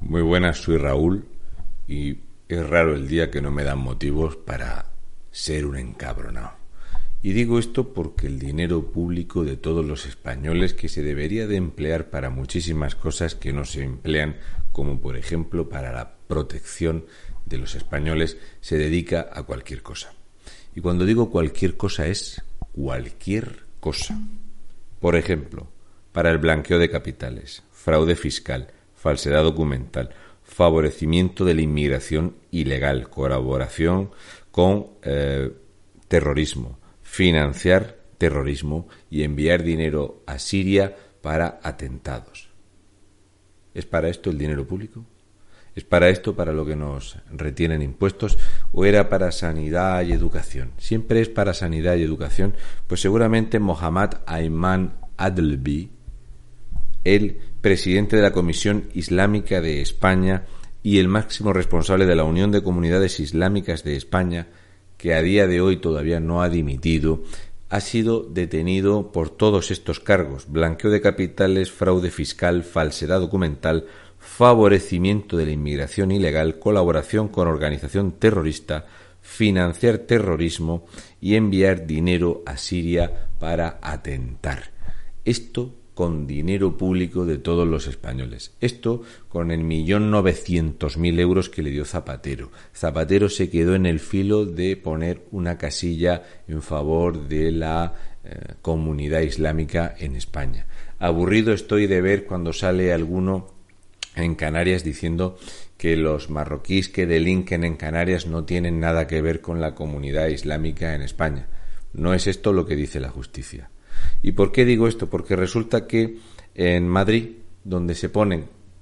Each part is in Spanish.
Muy buenas, soy Raúl y es raro el día que no me dan motivos para ser un encabronado. Y digo esto porque el dinero público de todos los españoles, que se debería de emplear para muchísimas cosas que no se emplean, como por ejemplo para la protección de los españoles, se dedica a cualquier cosa. Y cuando digo cualquier cosa es cualquier cosa. Por ejemplo, para el blanqueo de capitales, fraude fiscal, falsedad documental, favorecimiento de la inmigración ilegal, colaboración con terrorismo, financiar terrorismo y enviar dinero a Siria para atentados. ¿Es para esto el dinero público? ¿Es para esto para lo que nos retienen impuestos? ¿O era para sanidad y educación? Siempre es para sanidad y educación, pues seguramente Mohammad Ayman Adlbi, el presidente de la Comisión Islámica de España y el máximo responsable de la Unión de Comunidades Islámicas de España, que a día de hoy todavía no ha dimitido, ha sido detenido por todos estos cargos: blanqueo de capitales, fraude fiscal, falsedad documental, favorecimiento de la inmigración ilegal, colaboración con organización terrorista, financiar terrorismo y enviar dinero a Siria para atentar. Esto con dinero público de todos los españoles. Esto con el 1.900.000 euros que le dio Zapatero. Zapatero se quedó en el filo de poner una casilla en favor de la comunidad islámica en España. Aburrido estoy de ver cuando sale alguno en Canarias diciendo que los marroquíes que delinquen en Canarias no tienen nada que ver con la comunidad islámica en España. No es esto lo que dice la justicia. ¿Y por qué digo esto? Porque resulta que en Madrid, donde se ponen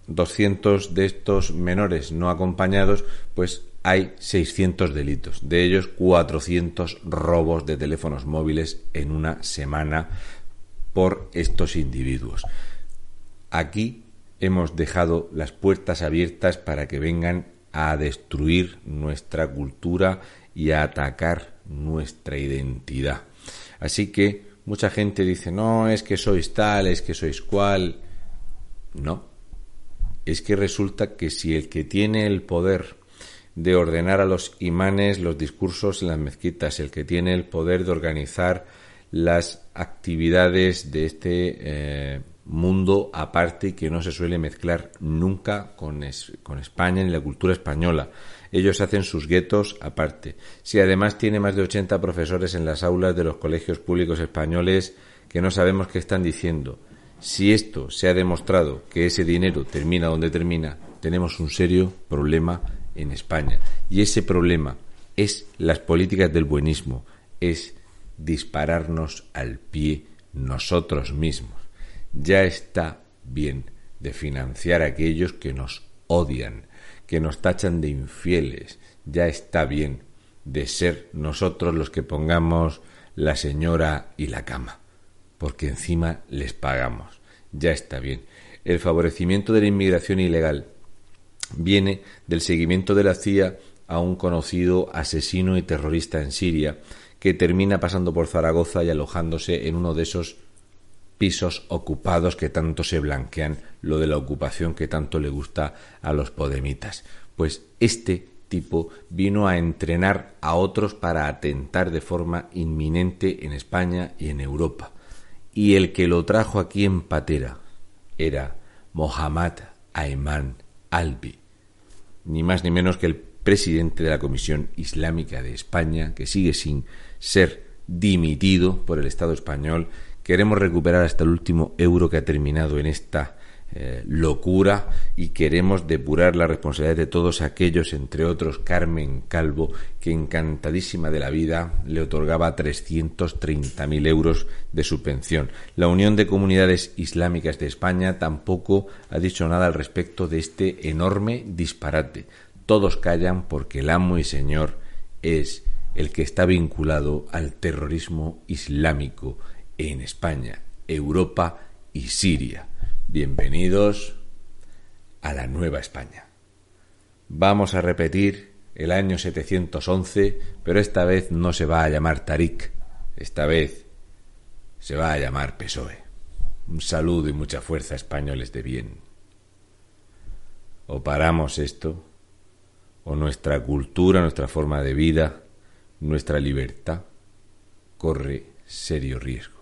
200 de estos menores no acompañados, pues hay 600 delitos. De ellos, 400 robos de teléfonos móviles en una semana por estos individuos. Aquí hemos dejado las puertas abiertas para que vengan a destruir nuestra cultura y a atacar nuestra identidad. Así que mucha gente dice, no, es que sois tal, es que sois cual. No, es que resulta que si el que tiene el poder de ordenar a los imanes los discursos en las mezquitas, el que tiene el poder de organizar las actividades de este mundo aparte y que no se suele mezclar nunca con España ni la cultura española, ellos hacen sus guetos aparte. Si además tiene más de 80 profesores en las aulas de los colegios públicos españoles que no sabemos qué están diciendo, si esto se ha demostrado que ese dinero termina donde termina, tenemos un serio problema en España. Y ese problema es las políticas del buenismo, es dispararnos al pie nosotros mismos. Ya está bien de financiar a aquellos que nos odian, que nos tachan de infieles. Ya está bien de ser nosotros los que pongamos la señora y la cama, porque encima les pagamos. Ya está bien. El favorecimiento de la inmigración ilegal viene del seguimiento de la CIA a un conocido asesino y terrorista en Siria, que termina pasando por Zaragoza y alojándose en uno de esos pisos ocupados que tanto se blanquean, lo de la ocupación que tanto le gusta a los podemitas. Pues este tipo vino a entrenar a otros para atentar de forma inminente en España y en Europa. Y el que lo trajo aquí en patera era Mohammad Ayman Adlbi, ni más ni menos que el presidente de la Comisión Islámica de España, que sigue sin ser dimitido por el Estado español. Queremos recuperar hasta el último euro que ha terminado en esta locura y queremos depurar la responsabilidad de todos aquellos, entre otros Carmen Calvo, que encantadísima de la vida le otorgaba 330.000 euros de su pensión. La Unión de Comunidades Islámicas de España tampoco ha dicho nada al respecto de este enorme disparate. Todos callan porque el amo y señor es el que está vinculado al terrorismo islámico en España, Europa y Siria. Bienvenidos a la nueva España. Vamos a repetir el año 711, pero esta vez no se va a llamar Tariq, esta vez se va a llamar PSOE. Un saludo y mucha fuerza, españoles de bien. O paramos esto, o nuestra cultura, nuestra forma de vida, nuestra libertad corre serio riesgo.